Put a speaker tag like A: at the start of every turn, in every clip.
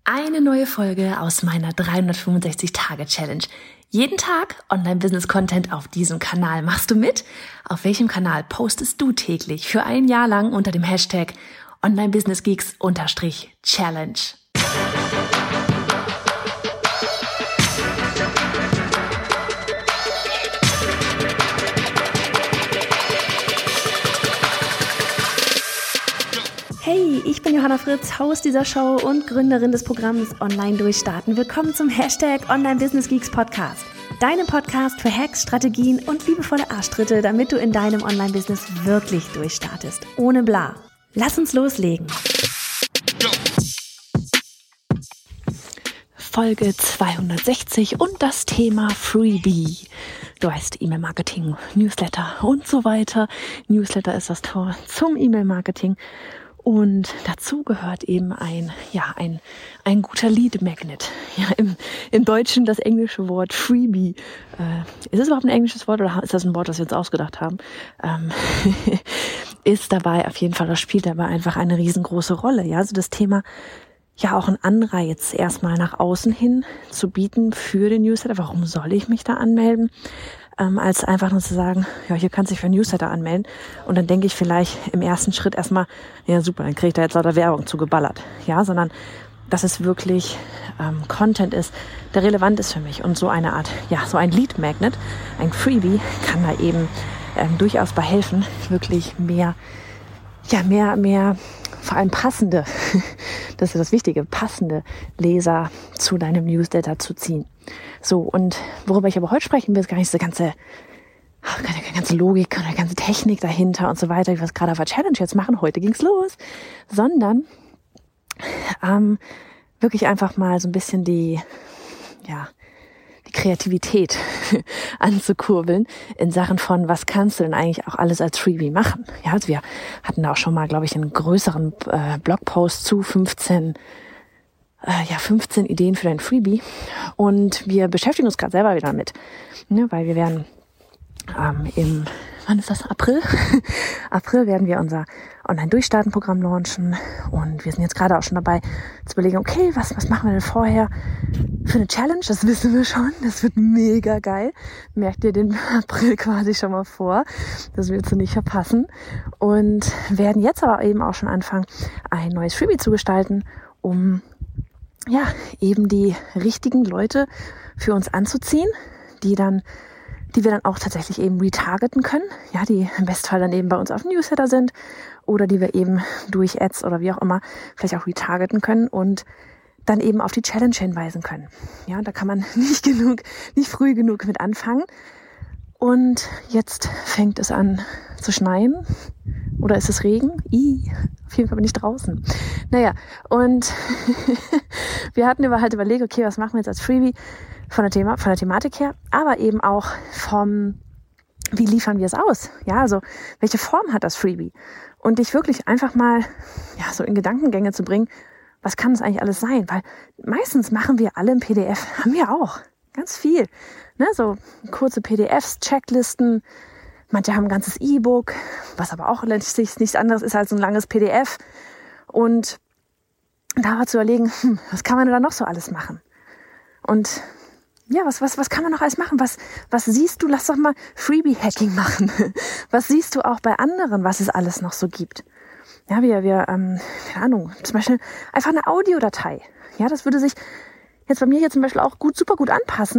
A: Eine neue Folge aus meiner 365-Tage-Challenge. Jeden Tag Online-Business-Content auf diesem Kanal. Machst du mit? Auf welchem Kanal postest du täglich für ein Jahr lang unter dem Hashtag Online-Business-Geeks_Challenge? Hey, ich bin Johanna Fritz, Host dieser Show und Gründerin des Programms Online Durchstarten. Willkommen zum Hashtag Online-Business-Geeks Podcast. Deinem Podcast für Hacks, Strategien und liebevolle Arschtritte, damit du in deinem Online-Business wirklich durchstartest. Ohne bla. Lass uns loslegen. Folge 260 und das Thema Freebie. Du weißt, E-Mail-Marketing, Newsletter und so weiter. Newsletter ist das Tor zum E-Mail-Marketing. Und dazu gehört eben ein guter Lead Magnet. Ja, im Deutschen das englische Wort Freebie. Ist es überhaupt ein englisches Wort oder ist das ein Wort, das wir uns ausgedacht haben? Ist dabei auf jeden Fall, das spielt dabei einfach eine riesengroße Rolle. Ja, also das Thema, ja, auch einen Anreiz erstmal nach außen hin zu bieten für den Newsletter. Warum soll ich mich da anmelden? Als einfach nur zu sagen, ja, hier kannst du dich für ein Newsletter anmelden. Und dann denke ich vielleicht im ersten Schritt erstmal, ja super, dann kriege ich da jetzt lauter Werbung zugeballert. Ja, sondern dass es wirklich Content ist, der relevant ist für mich. Und so eine Art, ja, so ein Lead Magnet, ein Freebie kann da eben durchaus bei helfen, wirklich mehr, vor allem passende, das ist das Wichtige, passende Leser zu deinem Newsletter zu ziehen. So, und worüber ich aber heute sprechen will, ist gar nicht so ganze Logik oder ganze Technik dahinter und so weiter, wie wir es gerade auf der Challenge jetzt machen, heute ging's los, sondern wirklich einfach mal so ein bisschen die Kreativität anzukurbeln in Sachen von, was kannst du denn eigentlich auch alles als Freebie machen? Ja, also wir hatten da auch schon mal, glaube ich, einen größeren Blogpost zu 15 Ideen für dein Freebie. Und wir beschäftigen uns gerade selber wieder damit, ne, weil wir werden wann ist das? April? April werden wir unser Online-Durchstarten-Programm launchen und wir sind jetzt gerade auch schon dabei zu überlegen, okay, was machen wir denn vorher für eine Challenge? Das wissen wir schon, das wird mega geil. Merkt ihr den April quasi schon mal vor, das willst du nicht verpassen. Und werden jetzt aber eben auch schon anfangen, ein neues Freebie zu gestalten, um eben die richtigen Leute für uns anzuziehen, die wir dann auch tatsächlich eben retargeten können, ja, die im Bestfall dann eben bei uns auf dem Newsletter sind oder die wir eben durch Ads oder wie auch immer vielleicht auch retargeten können und dann eben auf die Challenge hinweisen können. Ja, da kann man nicht früh genug mit anfangen. Und jetzt fängt es an zu schneien. Oder ist es Regen? Auf jeden Fall bin ich draußen. Naja, und wir hatten überlegt, okay, was machen wir jetzt als Freebie von der Thematik her, aber eben auch wie liefern wir es aus? Ja, also welche Form hat das Freebie? Und dich wirklich einfach mal so in Gedankengänge zu bringen, was kann das eigentlich alles sein? Weil meistens machen wir alle im PDF, haben wir auch ganz viel. Ne? So kurze PDFs, Checklisten, manche haben ein ganzes E-Book, was aber auch letztlich nichts anderes ist als ein langes PDF. Und da mal zu überlegen, was kann man da noch so alles machen? Und ja, was kann man noch alles machen? Was siehst du? Lass doch mal Freebie-Hacking machen. Was siehst du auch bei anderen, was es alles noch so gibt? Ja, wir keine Ahnung, zum Beispiel einfach eine Audiodatei. Ja, das würde sich jetzt bei mir hier zum Beispiel auch super gut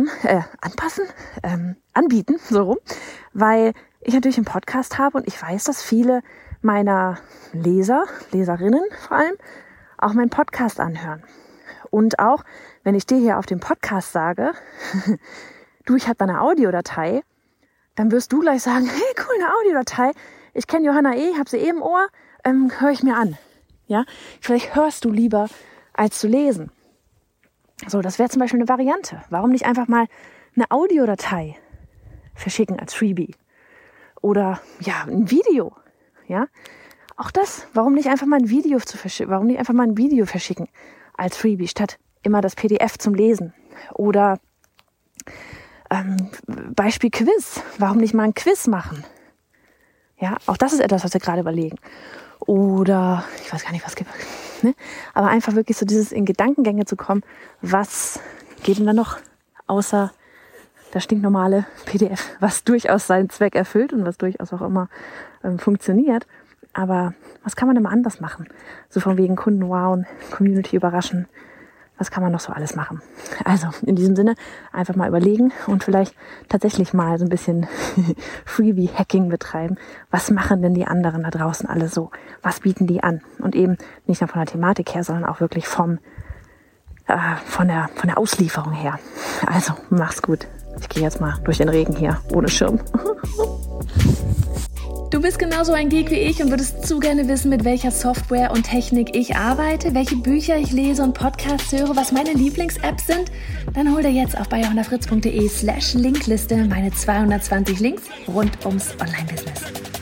A: anbieten, so rum, weil ich natürlich einen Podcast habe und ich weiß, dass viele meiner Leserinnen vor allem, auch meinen Podcast anhören. Und auch, wenn ich dir hier auf dem Podcast sage, ich habe da eine Audiodatei, dann wirst du gleich sagen, hey, cool, eine Audiodatei. Ich kenne Johanna habe sie im Ohr, höre ich mir an. Ja, vielleicht hörst du lieber, als zu lesen. So, das wäre zum Beispiel eine Variante. Warum nicht einfach mal eine Audiodatei verschicken als Freebie? Oder ein Video. Ja, auch das. Warum nicht einfach mal ein Video verschicken als Freebie statt immer das PDF zum Lesen? Oder Beispiel Quiz. Warum nicht mal ein Quiz machen? Ja, auch das ist etwas, was wir gerade überlegen. Oder ich weiß gar nicht, was gibt. Ne? Aber einfach wirklich so dieses in Gedankengänge zu kommen, was geht denn da noch außer das stinknormale PDF, was durchaus seinen Zweck erfüllt und was durchaus auch immer funktioniert. Aber was kann man immer anders machen? So von wegen Kunden wowen, Community überraschen. Was kann man noch so alles machen? Also in diesem Sinne einfach mal überlegen und vielleicht tatsächlich mal so ein bisschen Freebie-Hacking betreiben. Was machen denn die anderen da draußen alle so? Was bieten die an? Und eben nicht nur von der Thematik her, sondern auch wirklich von der Auslieferung her. Also mach's gut. Ich gehe jetzt mal durch den Regen hier ohne Schirm.
B: Du bist genauso ein Geek wie ich und würdest zu gerne wissen, mit welcher Software und Technik ich arbeite, welche Bücher ich lese und Podcasts höre, was meine Lieblings-Apps sind? Dann hol dir jetzt auf bayerhonderfritz.de/Linkliste meine 220 Links rund ums Online-Business.